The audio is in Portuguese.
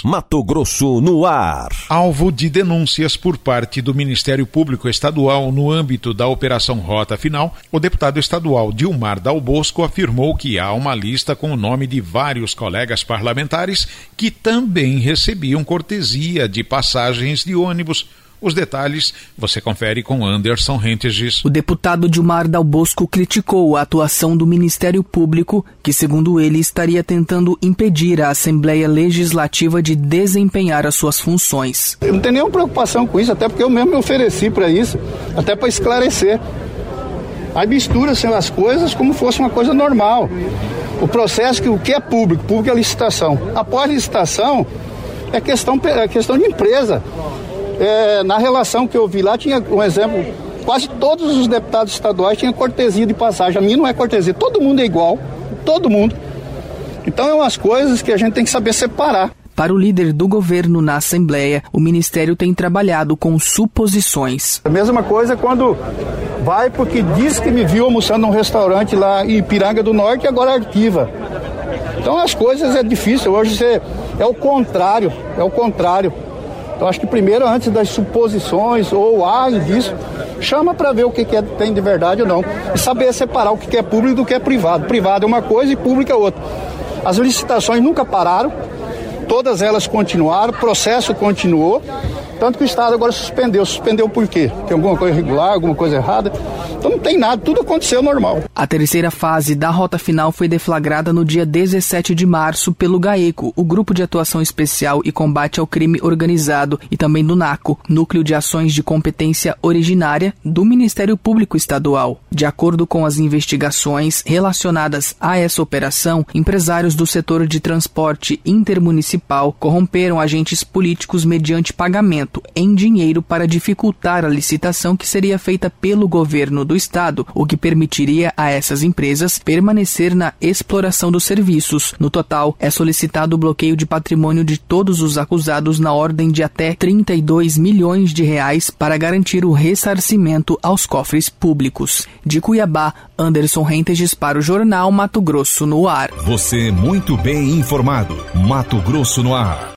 Mato Grosso no ar. Alvo de denúncias por parte do Ministério Público Estadual no âmbito da Operação Rota Final, o deputado estadual Dilmar Dal Bosco afirmou que há uma lista com o nome de vários colegas parlamentares que também recebiam cortesia de passagens de ônibus. Os detalhes você confere com Anderson Rentes. O deputado Dilmar Dal Bosco criticou a atuação do Ministério Público, que, segundo ele, estaria tentando impedir a Assembleia Legislativa de desempenhar as suas funções. Eu não tenho nenhuma preocupação com isso, até porque eu mesmo me ofereci para isso, até para esclarecer. Aí mistura-se as coisas como fosse uma coisa normal. O processo, o que é público? Público é licitação. Após licitação, é questão de empresa. Na relação que eu vi lá, tinha um exemplo, quase todos os deputados estaduais tinham cortesia de passagem. A mim não é cortesia, todo mundo é igual, todo mundo. Então é umas coisas que a gente tem que saber separar. Para o líder do governo na Assembleia, o Ministério tem trabalhado com suposições. A mesma coisa quando vai porque diz que me viu almoçando num restaurante lá em Ipiranga do Norte e agora arquiva. Então as coisas é difícil, hoje é o contrário. Então acho que primeiro, antes das suposições ou indício, chama para ver o que tem de verdade ou não. E saber separar o que é público do que é privado. Privado é uma coisa e público é outra. As licitações nunca pararam, todas elas continuaram, o processo continuou, tanto que o Estado agora suspendeu. Suspendeu por quê? Tem alguma coisa irregular, alguma coisa errada? Então não tem nada, tudo aconteceu normal. A terceira fase da Rota Final foi deflagrada no dia 17 de março pelo GAECO, o Grupo de Atuação Especial e Combate ao Crime Organizado, e também do NACO, Núcleo de Ações de Competência Originária do Ministério Público Estadual. De acordo com as investigações relacionadas a essa operação, empresários do setor de transporte intermunicipal corromperam agentes políticos mediante pagamento em dinheiro para dificultar a licitação que seria feita pelo governo do Estado, o que permitiria a essas empresas permanecer na exploração dos serviços. No total, é solicitado o bloqueio de patrimônio de todos os acusados na ordem de até 32 milhões de reais para garantir o ressarcimento aos cofres públicos. De Cuiabá, Anderson Rentes para o Jornal Mato Grosso no ar. Você muito bem informado. Mato Grosso no ar.